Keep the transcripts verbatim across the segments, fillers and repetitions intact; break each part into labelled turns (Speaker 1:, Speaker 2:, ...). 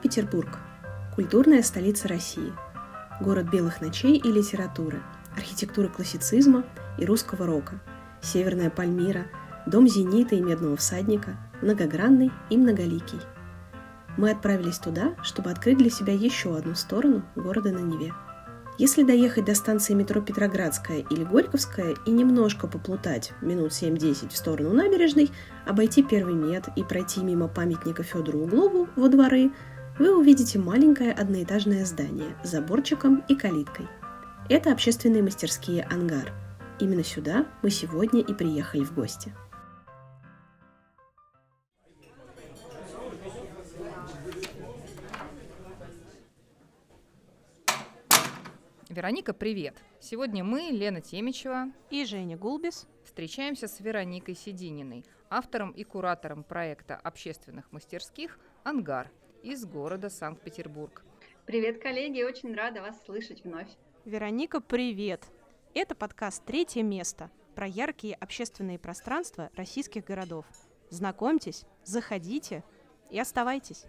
Speaker 1: Санкт-Петербург – культурная столица России, город белых ночей и литературы, архитектуры классицизма и русского рока, Северная Пальмира, дом Зенита и Медного всадника, многогранный и многоликий. Мы отправились туда, чтобы открыть для себя еще одну сторону города на Неве. Если доехать до станции метро Петроградская или Горьковская и немножко поплутать минут семь-десять в сторону набережной, обойти Первый мед и пройти мимо памятника Федору Углову во дворы, вы увидите маленькое одноэтажное здание с заборчиком и калиткой. Это общественные мастерские «Ангар». Именно сюда мы сегодня и приехали в гости.
Speaker 2: Вероника, привет! Сегодня мы, Лена Темичева
Speaker 3: и Женя Гулбис,
Speaker 2: встречаемся с Вероникой Седининой, автором и куратором проекта общественных мастерских «Ангар» из города Санкт-Петербург.
Speaker 4: Привет, коллеги! Очень рада вас слышать вновь.
Speaker 3: Вероника, привет! Это подкаст «Третье место» про яркие общественные пространства российских городов. Знакомьтесь, заходите и оставайтесь.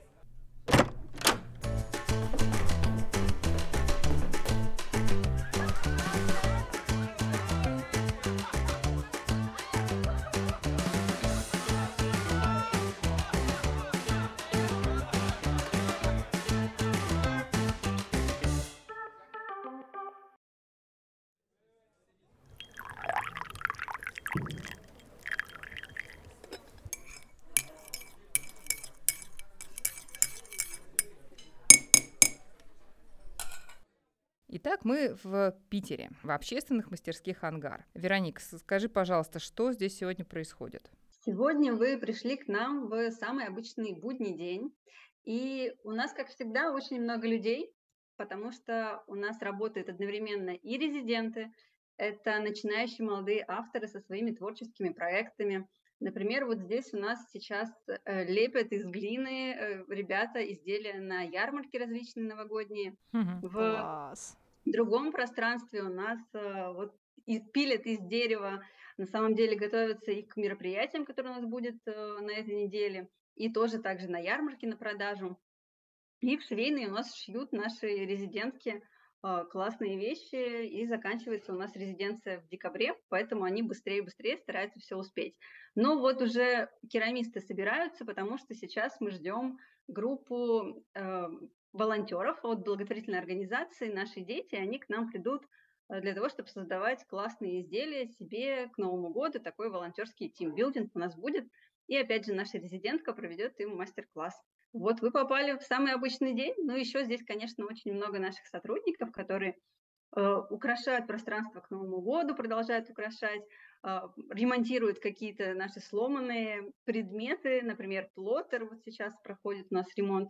Speaker 2: Итак, мы в Питере, в общественных мастерских «Ангар». Вероника, скажи, пожалуйста, что здесь сегодня происходит?
Speaker 4: Сегодня вы пришли к нам в самый обычный будний день. И у нас, как всегда, очень много людей, потому что у нас работают одновременно и резиденты, это начинающие молодые авторы со своими творческими проектами. Например, вот здесь у нас сейчас э, лепят из глины э, ребята изделия на ярмарке различные новогодние.
Speaker 3: Угу.
Speaker 4: В
Speaker 3: Класс!
Speaker 4: другом пространстве у нас э, вот и пилят из дерева, на самом деле готовятся и к мероприятиям, которые у нас будет э, на этой неделе, и тоже также на ярмарке на продажу. И в швейной у нас шьют наши резидентки э, классные вещи, и заканчивается у нас резиденция в декабре, поэтому они быстрее-быстрее стараются все успеть. Но вот уже керамисты собираются, потому что сейчас мы ждем группу э, волонтеров от благотворительной организации «Наши дети», они к нам придут для того, чтобы создавать классные изделия себе к Новому году. Такой волонтерский тимбилдинг у нас будет. И опять же наша резидентка проведет им мастер-класс. Вот вы попали в самый обычный день. Ну, еще здесь, конечно, очень много наших сотрудников, которые э, украшают пространство к Новому году, продолжают украшать, э, ремонтируют какие-то наши сломанные предметы. Например, плоттер вот сейчас проходит у нас ремонт.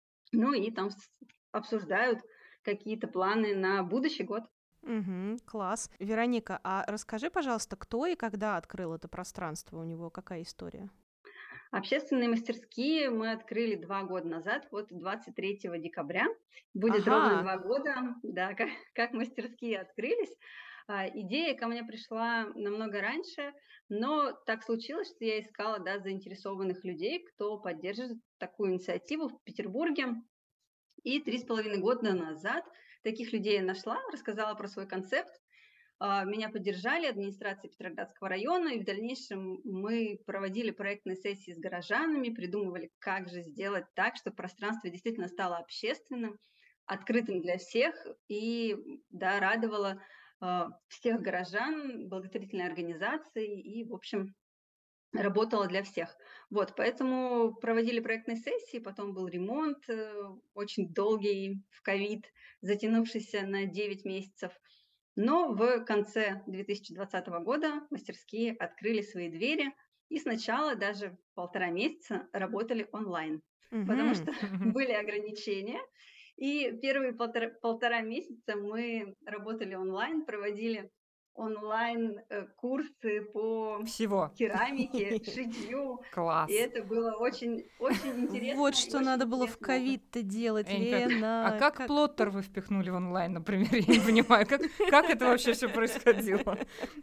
Speaker 4: Ну и там обсуждают какие-то планы на будущий год.
Speaker 3: Угу, класс. Вероника, а расскажи, пожалуйста, кто и когда открыл это пространство? У него какая история?
Speaker 4: Общественные мастерские мы открыли два года назад, вот двадцать третьего декабря. Будет
Speaker 3: Ага.
Speaker 4: ровно два года, да, как, как мастерские открылись. А, идея ко мне пришла намного раньше, но так случилось, что я искала, да, заинтересованных людей, кто поддержит такую инициативу в Петербурге. И три с половиной года назад таких людей я нашла, рассказала про свой концепт. Меня поддержали администрация Петроградского района, и в дальнейшем мы проводили проектные сессии с горожанами, придумывали, как же сделать так, чтобы пространство действительно стало общественным, открытым для всех и, да, радовало э, всех горожан, благотворительной организации и, в общем, работала для всех. Вот, поэтому проводили проектные сессии, потом был ремонт, э, очень долгий в ковид, затянувшийся на девять месяцев. Но в конце две тысячи двадцатого года мастерские открыли свои двери и сначала даже полтора месяца работали онлайн,
Speaker 3: Угу.
Speaker 4: потому что были ограничения. И первые полтора, полтора месяца мы работали онлайн, проводили онлайн-курсы по
Speaker 2: Всего.
Speaker 4: керамике, шитью.
Speaker 2: Класс.
Speaker 4: И это было очень, очень интересно.
Speaker 3: Вот что надо было в ковид-то делать, Лена.
Speaker 2: А как, как плоттер вы впихнули в онлайн, например? Я не понимаю, как, как это вообще все происходило?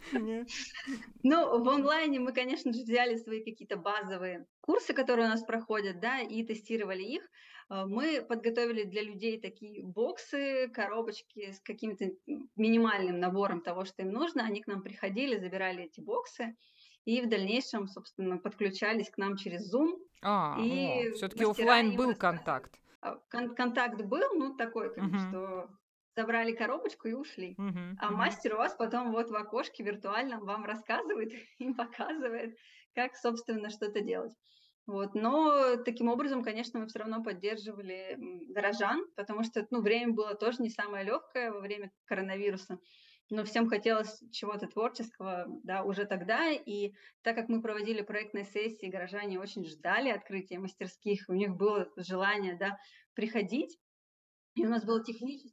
Speaker 4: Ну, в онлайне мы, конечно же, взяли свои какие-то базовые курсы, которые у нас проходят, да, и тестировали их. А, Мы подготовили для людей такие боксы, коробочки с каким-то м, минимальным набором того, что им нужно. Они к нам приходили, забирали эти боксы и в дальнейшем, собственно, подключались к нам через Zoom,
Speaker 2: А, о,
Speaker 4: и
Speaker 2: все-таки
Speaker 4: мастера
Speaker 2: оффлайн
Speaker 4: им
Speaker 2: был
Speaker 4: рассказывали.
Speaker 2: контакт.
Speaker 4: А, кон- Контакт был, ну, такой, как бы,
Speaker 2: Мгм,
Speaker 4: что забрали коробочку и ушли.
Speaker 2: мгм,
Speaker 4: А
Speaker 2: мгм.
Speaker 4: мастер у вас потом вот в окошке виртуальном вам рассказывает и показывает, как, собственно, что-то делать. Вот. Но таким образом, конечно, мы все равно поддерживали м, горожан, потому что ну, время было тоже не самое легкое во время коронавируса. Но всем хотелось чего-то творческого, да, уже тогда. И так как мы проводили проектные сессии, горожане очень ждали открытия мастерских, у них было желание, да, приходить. И у нас было техническое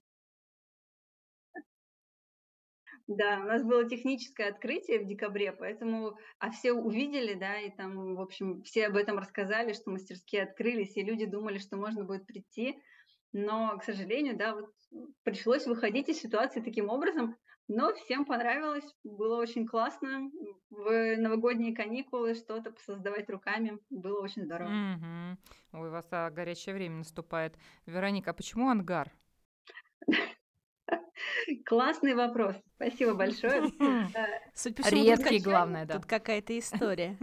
Speaker 4: Да, у нас было техническое открытие в декабре, поэтому, а все увидели, да, и там, в общем, все об этом рассказали, что мастерские открылись, и люди думали, что можно будет прийти. Но, к сожалению, да, вот пришлось выходить из ситуации таким образом, но всем понравилось, было очень классно. В новогодние каникулы что-то создавать руками было очень здорово.
Speaker 2: Мгм. Ой, у вас а, горячее время наступает. Вероника, а почему ангар?
Speaker 4: Классный вопрос, спасибо большое. Э,
Speaker 3: Судя по всему, тут, как...
Speaker 2: Редкий,
Speaker 4: Изначально
Speaker 2: главное, да.
Speaker 3: тут какая-то история.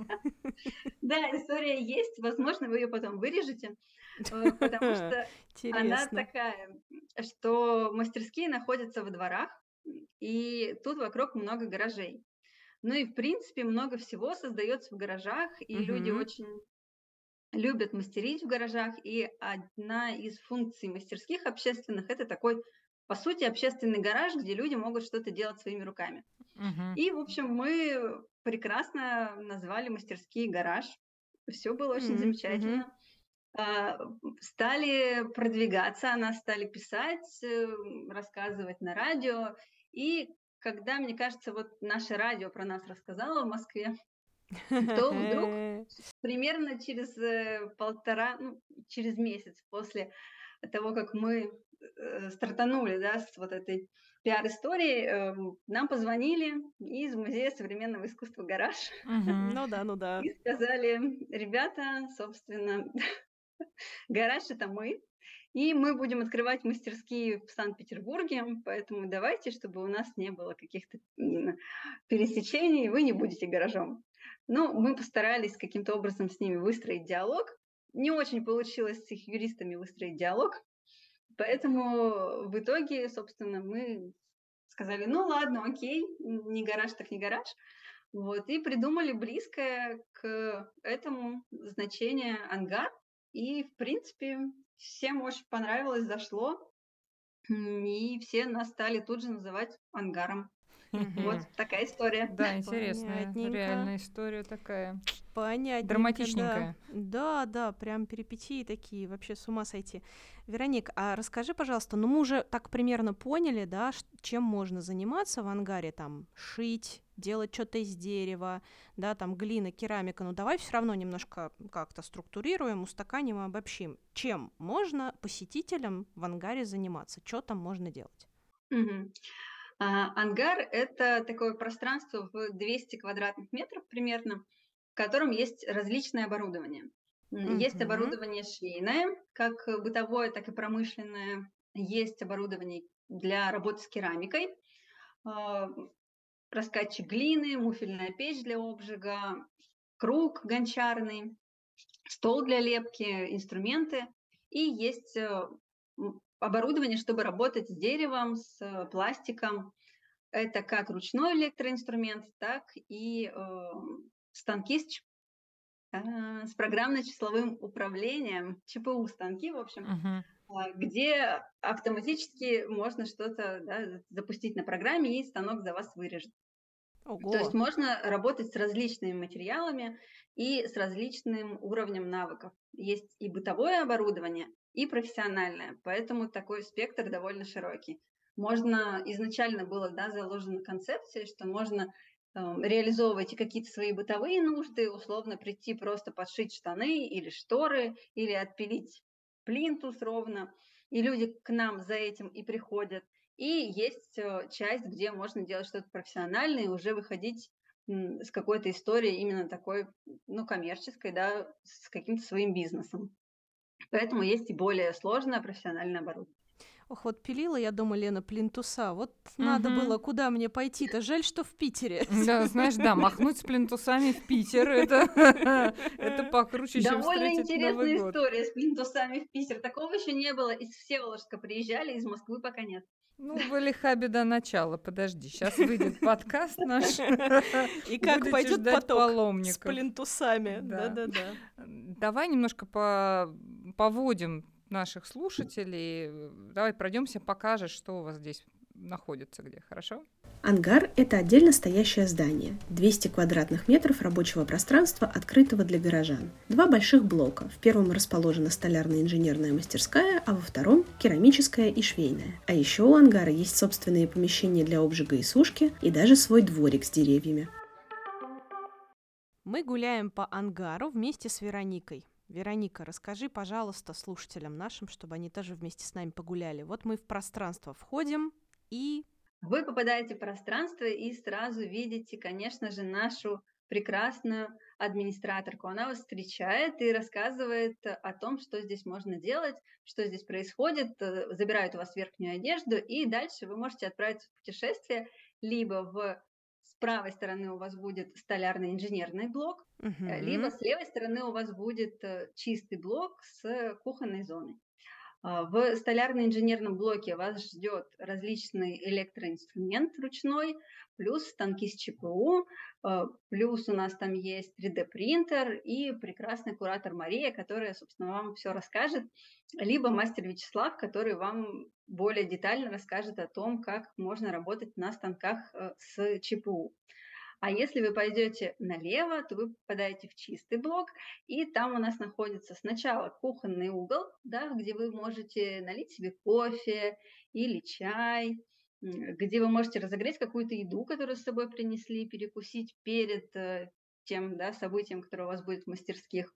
Speaker 4: Да, история есть. Возможно, вы ее потом вырежете, э, потому что она
Speaker 3: Интересно.
Speaker 4: такая, что мастерские находятся во дворах, и тут вокруг много гаражей. Ну и, в принципе, много всего создается в гаражах, и люди
Speaker 3: Мгм.
Speaker 4: очень любят мастерить в гаражах. И одна из функций мастерских общественных – это такой, по сути, общественный гараж, где люди могут что-то делать своими руками.
Speaker 2: Мгм.
Speaker 4: И, в общем, мы прекрасно назвали мастерские гараж. Все было очень
Speaker 3: М, мгм.
Speaker 4: замечательно. А, Стали продвигаться, о нас стали писать, э, рассказывать на радио. И когда, мне кажется, вот наше радио про нас рассказало в Москве, то вдруг примерно через э, полтора, ну, через месяц после того, как мы э, стартанули, да, с вот этой пиар-историей, эм, нам позвонили из Музея современного искусства «Гараж»
Speaker 2: Мгм.
Speaker 3: Ну да, ну да.
Speaker 4: и сказали: ребята, собственно, «Гараж» — это мы, и мы будем открывать мастерские в Санкт-Петербурге, поэтому давайте, чтобы у нас не было каких-то м, пересечений, вы не будете гаражом. Ну, мы постарались каким-то образом с ними выстроить диалог. Не очень получилось с их юристами выстроить диалог, поэтому в итоге, собственно, мы сказали: ну ладно, окей, не гараж так не гараж. Вот, и придумали близкое к этому значение ангар. И, в принципе, всем очень понравилось, зашло. М, И все нас стали тут же называть ангаром. Вот
Speaker 3: Мгм.
Speaker 4: такая история.
Speaker 2: Да, интересная,
Speaker 3: Понятненько.
Speaker 2: реальная история такая,
Speaker 3: Понятненько, да.
Speaker 2: драматичненькая.
Speaker 3: Да, да, прям перипетии такие, вообще с ума сойти. Вероник, а расскажи, пожалуйста, ну мы уже так примерно поняли, да, ш- чем можно заниматься в ангаре, там, шить, делать что-то из дерева, да, там, глина, керамика, ну давай все равно немножко как-то структурируем, устаканим и обобщим. Чем можно посетителям в ангаре заниматься, что там можно делать?
Speaker 4: Мгм. А, Ангар — это такое пространство в двести квадратных метров примерно, в котором есть различное оборудование. М, Есть
Speaker 3: Угу.
Speaker 4: оборудование швейное, как бытовое, так и промышленное. Есть оборудование для работы с керамикой, а, раскатчик глины, муфельная печь для обжига, круг гончарный, стол для лепки, инструменты. И есть э, м, оборудование, чтобы работать с деревом, с э, пластиком. Это как ручной электроинструмент, так и э, станки с, ч- а, с программно-числовым управлением, ЧПУ станки, в общем,
Speaker 2: Мгм.
Speaker 4: а, где автоматически можно что-то да, запустить на программе, и станок за вас вырежет. То есть
Speaker 3: Ого.
Speaker 4: можно работать с различными материалами и с различным уровнем навыков. Есть и бытовое оборудование, и профессиональное, поэтому такой спектр довольно широкий. Можно, изначально было да, заложена концепция, что можно э, реализовывать и какие-то свои бытовые нужды, условно прийти просто подшить штаны или шторы, или отпилить плинтус ровно, и люди к нам за этим и приходят. И есть э, часть, где можно делать что-то профессиональное и уже выходить м, с какой-то историей именно такой, ну, коммерческой, да, с каким-то своим бизнесом. Поэтому есть и более сложное профессиональное оборудование.
Speaker 3: Ох, вот пилила я дома, Лена, плинтуса. Вот надо
Speaker 2: Мгм.
Speaker 3: было, куда мне пойти-то? Жаль, что в Питере.
Speaker 2: Да, знаешь, да, махнуть с плинтусами в Питер, это это покруче, чем
Speaker 4: Довольно
Speaker 2: встретить Новый
Speaker 4: интересная
Speaker 2: год.
Speaker 4: история с плинтусами в Питер. Такого еще не было. Из Всеволожска приезжали, из Москвы пока нет.
Speaker 2: Ну, вы лиха беда начала. Подожди, сейчас выйдет подкаст наш.
Speaker 3: И как
Speaker 2: Будете
Speaker 3: пойдет
Speaker 2: ждать
Speaker 3: поток с
Speaker 2: паломников.
Speaker 3: плинтусами.
Speaker 2: Да.
Speaker 3: Да-да-да.
Speaker 2: М, Давай немножко по- поводим наших слушателей. Давай пройдемся, покажешь, что у вас здесь находится где, хорошо?
Speaker 1: Ангар – это отдельно стоящее здание, двести квадратных метров рабочего пространства, открытого для горожан. Два больших блока. В первом расположена столярная инженерная мастерская, а во втором – керамическая и швейная. А еще у ангара есть собственные помещения для обжига и сушки и даже свой дворик с деревьями.
Speaker 3: Мы гуляем по ангару вместе с Вероникой. Вероника, расскажи, пожалуйста, слушателям нашим, чтобы они тоже вместе с нами погуляли. Вот мы в пространство входим и...
Speaker 4: Вы попадаете в пространство и сразу видите, конечно же, нашу прекрасную администраторку. Она вас встречает и рассказывает о том, что здесь можно делать, что здесь происходит, э, забирает у вас верхнюю одежду, и дальше вы можете отправиться в путешествие либо в с правой стороны у вас будет столярный инженерный блок, э, либо
Speaker 3: Мгм.
Speaker 4: с левой стороны у вас будет э, чистый блок с кухонной зоной. А, В столярно-инженерном блоке вас ждет различный электроинструмент ручной, плюс станки с ЧПУ, э, плюс у нас там есть три дэ принтер и прекрасный куратор Мария, которая, собственно, вам все расскажет, либо мастер Вячеслав, который вам более детально расскажет о том, как можно работать на станках э, с ЧПУ. А если вы пойдете налево, то вы попадаете в чистый блок, и там у нас находится сначала кухонный угол, да, где вы можете налить себе кофе или чай, м, где вы можете разогреть какую-то еду, которую с собой принесли, перекусить перед э, тем, да, событием, которое у вас будет в мастерских.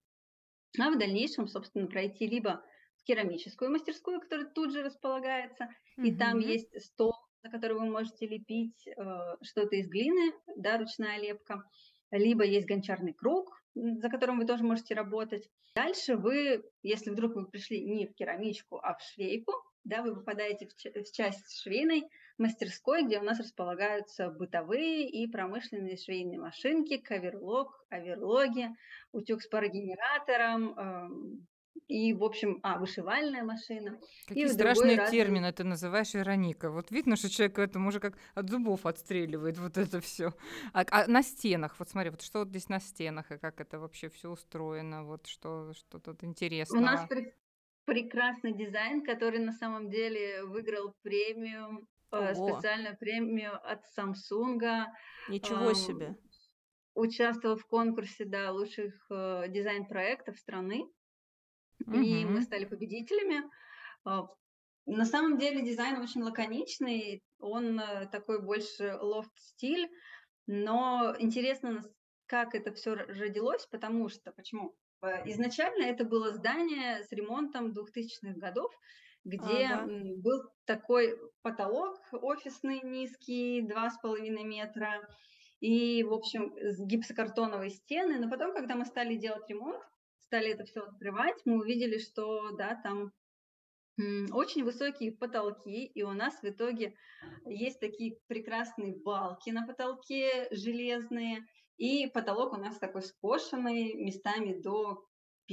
Speaker 4: А в дальнейшем, собственно, пройти либо в керамическую мастерскую, которая тут же располагается, и там
Speaker 3: Мгм.
Speaker 4: есть стол, на который вы можете лепить э, что-то из глины, да, ручная лепка, либо есть гончарный круг, м, за которым вы тоже можете работать. Дальше вы, если вдруг вы пришли не в керамичку, а в швейку, да, вы попадаете в, ч- в часть швейной мастерской, где у нас располагаются бытовые и промышленные швейные машинки, каверлог, оверлоги, утюг с парогенератором, эм, и, в общем, а, вышивальная машина, и
Speaker 2: Какие
Speaker 4: в другой
Speaker 2: страшные
Speaker 4: разные.
Speaker 2: термины ты называешь, Вероника. Вот видно, что человек к этому уже как от зубов отстреливает вот это все. А, а на стенах, вот смотри, вот что вот здесь на стенах и как это вообще все устроено, вот что, что тут
Speaker 4: У нас
Speaker 2: интересного.
Speaker 4: пре- прекрасный дизайн, который на самом деле выиграл премию, э,
Speaker 3: Ого,
Speaker 4: специальную премию от Samsung,
Speaker 3: ничего себе.
Speaker 4: эм, участвовал в конкурсе, да, лучших э, дизайн-проектов страны, и мы
Speaker 2: Мгм.
Speaker 4: стали победителями. А, На самом деле дизайн очень лаконичный, он э, такой больше лофт-стиль, но интересно, нас- как это все родилось, потому что, почему? Э, Изначально это было здание с ремонтом двухтысячных годов, где
Speaker 3: Ага.
Speaker 4: м, был такой потолок офисный низкий, два с половиной метра, и, в общем, с гипсокартоновой стены. Но потом, когда мы стали делать ремонт, стали это все открывать, мы увидели, что, да, там М, очень высокие потолки, и у нас в итоге есть такие прекрасные балки на потолке железные, и потолок у нас такой скошенный, местами до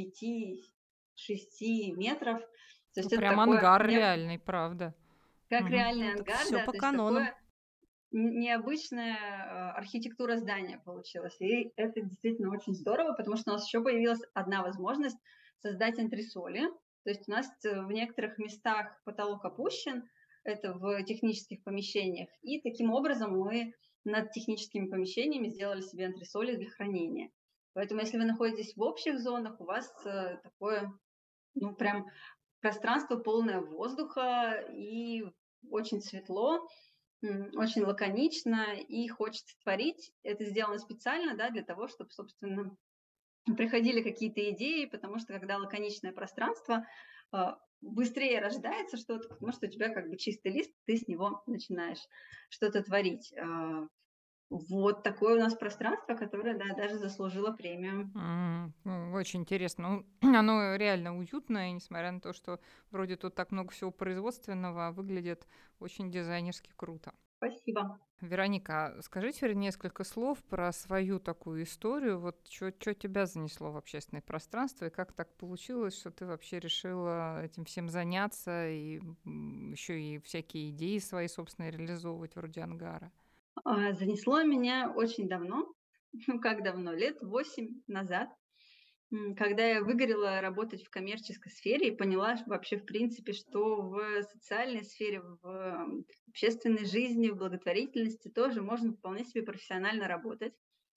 Speaker 4: пяти-шести метров. То
Speaker 2: Ну,
Speaker 4: есть это
Speaker 2: прям
Speaker 4: такое,
Speaker 2: ангар
Speaker 4: не-
Speaker 2: реальный, правда.
Speaker 4: как
Speaker 2: Мгм.
Speaker 4: реальный
Speaker 3: Ну так
Speaker 4: ангар,
Speaker 3: все
Speaker 4: да,
Speaker 3: по
Speaker 4: то есть
Speaker 3: канонам.
Speaker 4: такое н- необычная э, архитектура здания получилась. И это действительно очень здорово, потому что у нас еще появилась одна возможность создать антресоли. То есть у нас э, в некоторых местах потолок опущен, это в технических помещениях, и таким образом мы над техническими помещениями сделали себе антресоли для хранения. Поэтому если вы находитесь в общих зонах, у вас э, такое, ну, прям пространство полное воздуха и очень светло, М, очень лаконично и хочется творить. Это сделано специально, да, для того, чтобы, собственно, приходили какие-то идеи, потому что когда лаконичное пространство, а, быстрее рождается что-то, потому что у тебя как бы чистый лист, ты с него начинаешь что-то творить. А, Вот такое у нас пространство, которое, да, даже заслужило премию.
Speaker 2: М, ну, очень интересно. Ну, оно реально уютное, несмотря на то, что вроде тут так много всего производственного, а выглядит очень дизайнерски круто.
Speaker 4: Спасибо.
Speaker 2: Вероника, а скажи теперь несколько слов про свою такую историю. Вот что тебя занесло в общественное пространство, и как так получилось, что ты вообще решила этим всем заняться и еще и всякие идеи свои собственные реализовывать вроде ангара?
Speaker 4: А, Занесло меня очень давно, ну как давно, лет восемь назад, м, когда я выгорела работать в коммерческой сфере и поняла ш- вообще, в принципе, что в социальной сфере, в м, общественной жизни, в благотворительности тоже можно вполне себе профессионально работать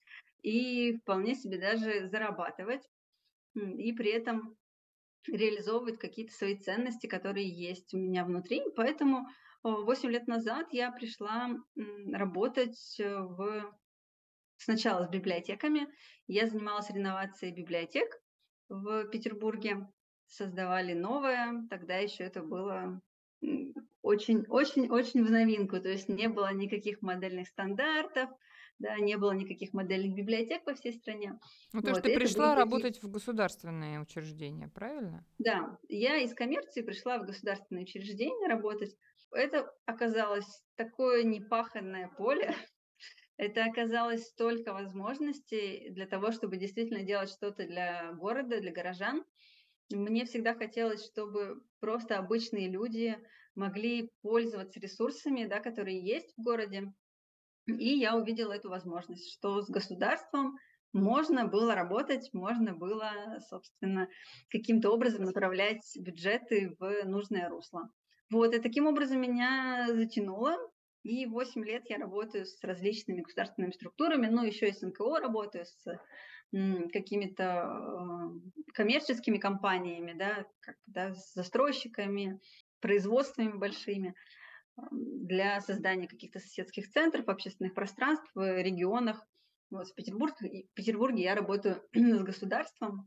Speaker 4: и вполне себе даже зарабатывать, м, и при этом реализовывать какие-то свои ценности, которые есть у меня внутри. Поэтому восемь лет назад я пришла м, работать э, в сначала с библиотеками. Я занималась реновацией библиотек в Петербурге. Создавали новое. Тогда еще это было м, очень, очень, очень в новинку. То есть не было никаких модельных стандартов, да, не было никаких модельных библиотек по всей стране.
Speaker 2: Ну, то есть
Speaker 4: Вот,
Speaker 2: ты
Speaker 4: и это были
Speaker 2: пришла
Speaker 4: такие.
Speaker 2: работать в государственные учреждения, правильно?
Speaker 4: Да, я из коммерции пришла в государственное учреждение работать. Это оказалось такое непаханное поле. Это оказалось столько возможностей для того, чтобы действительно делать что-то для города, для горожан. Мне всегда хотелось, чтобы просто обычные люди могли пользоваться ресурсами, да, которые есть в городе. И я увидела эту возможность, что с государством можно было работать, можно было, собственно, каким-то образом направлять бюджеты в нужное русло. Вот, и таким образом меня затянуло. И восемь лет я работаю с различными государственными структурами, ну, еще и с эн ка о работаю, с м, какими-то э, коммерческими компаниями, да, как, бы, да, с застройщиками, производствами большими для создания каких-то соседских центров, общественных пространств в регионах. Вот в Петербурге, в Петербурге я работаю с государством,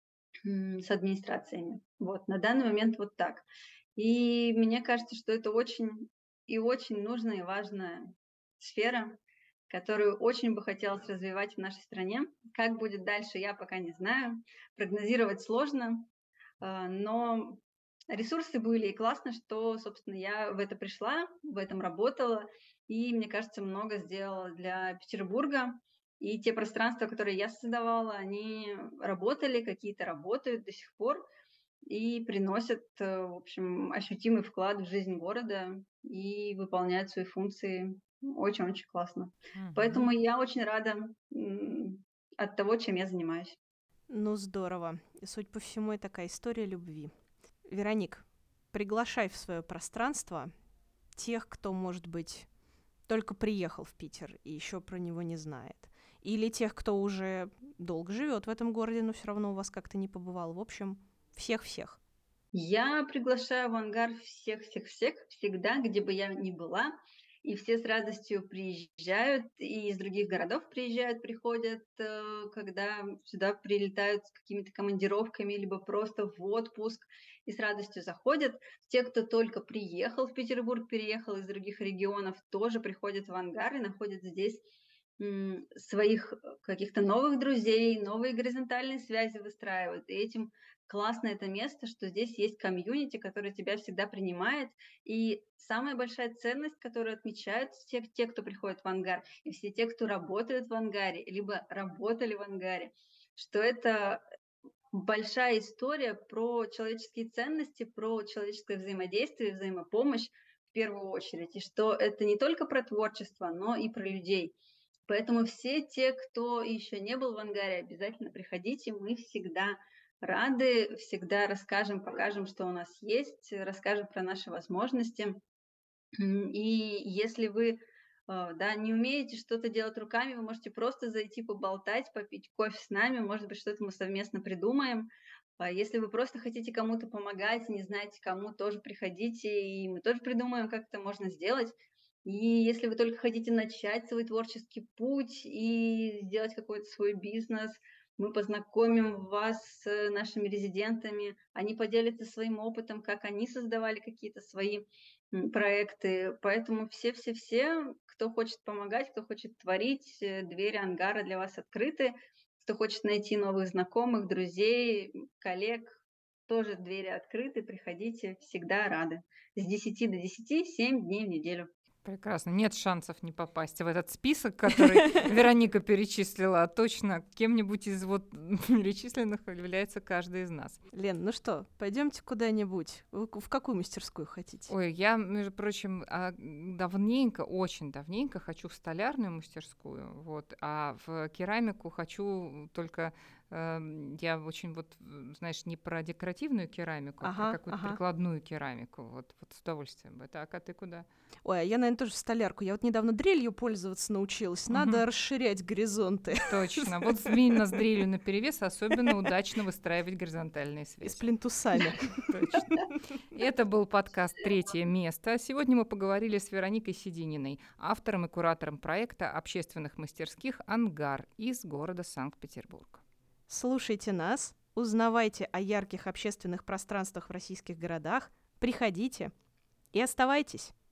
Speaker 4: с администрациями. Вот на данный момент вот так. И мне кажется, что это очень и очень нужная и важная сфера, которую очень бы хотелось развивать в нашей стране. Как будет дальше, я пока не знаю. Прогнозировать сложно, а, но ресурсы были, и классно, что, собственно, я в это пришла, в этом работала, и, мне кажется, много сделала для Петербурга. И те пространства, которые я создавала, они работали, какие-то работают до сих пор и приносят, э, в общем, ощутимый вклад в жизнь города и выполняют свои функции очень-очень классно. Поэтому
Speaker 2: Мгм.
Speaker 4: я очень рада м, от того, чем я занимаюсь.
Speaker 3: Ну, здорово. И, судя по всему, это такая история любви. Вероник, приглашай в свое пространство тех, кто, может быть, только приехал в Питер и еще про него не знает. Или тех, кто уже долго живет в этом городе, но все равно у вас как-то не побывал. В общем, всех-всех.
Speaker 4: Я приглашаю в ангар всех-всех-всех, всегда, где бы я ни была. И все с радостью приезжают, и из других городов приезжают, приходят, э, когда сюда прилетают с какими-то командировками, либо просто в отпуск, и с радостью заходят. Те, кто только приехал в Петербург, переехал из других регионов, тоже приходят в ангар и находят здесь м, своих э, каких-то новых друзей, новые горизонтальные связи выстраивают. И этим классно это место, что здесь есть комьюнити, которое тебя всегда принимает. И самая большая ценность, которую отмечают все те, кто приходит в ангар, и все те, кто работают в ангаре, либо работали в ангаре, что это большая история про человеческие ценности, про человеческое взаимодействие, взаимопомощь в первую очередь, и что это не только про творчество, но и про людей. Поэтому все те, кто еще не был в ангаре, обязательно приходите, мы всегда рады, всегда расскажем, покажем, что у нас есть, расскажем про наши возможности. М, И если вы а, да, не умеете что-то делать руками, вы можете просто зайти поболтать, попить кофе с нами, может быть, что-то мы совместно придумаем. А если вы просто хотите кому-то помогать, не знаете кому, тоже приходите, и мы тоже придумаем, как это можно сделать. И если вы только хотите начать свой творческий путь и сделать какой-то свой бизнес, Мы познакомим вас с нашими резидентами, они поделятся своим опытом, как они создавали какие-то свои проекты. Поэтому все-все-все, кто хочет помогать, кто хочет творить, двери ангара для вас открыты. Кто хочет найти новых знакомых, друзей, коллег, тоже двери открыты, приходите, всегда рады. С десяти до десяти, семь дней в неделю.
Speaker 2: Прекрасно. Нет шансов не попасть в этот список, который Вероника перечислила, а точно кем-нибудь из вот перечисленных является каждый из нас.
Speaker 3: Лен, ну что, пойдемте куда-нибудь. Вы в какую мастерскую хотите?
Speaker 2: Ой, я, между прочим, давненько, очень давненько хочу в столярную мастерскую, вот, а в керамику хочу только... Я очень вот, знаешь, не про декоративную керамику, ага, а про какую-то ага. прикладную керамику. Вот, вот с удовольствием бы. Так, а ты куда?
Speaker 3: Ой, а я, наверное, тоже в столярку. Я вот недавно дрелью пользоваться научилась. Надо угу. расширять горизонты.
Speaker 2: Точно. Вот именно с дрелью наперевес особенно удачно выстраивать горизонтальные связи.
Speaker 3: И с плинтусами.
Speaker 2: Точно. Это был подкаст «Третье место». Сегодня мы поговорили с Вероникой Седининой, автором и куратором проекта общественных мастерских «Ангар» из города Санкт-Петербург.
Speaker 3: Слушайте нас, узнавайте о ярких общественных пространствах в российских городах, приходите и оставайтесь.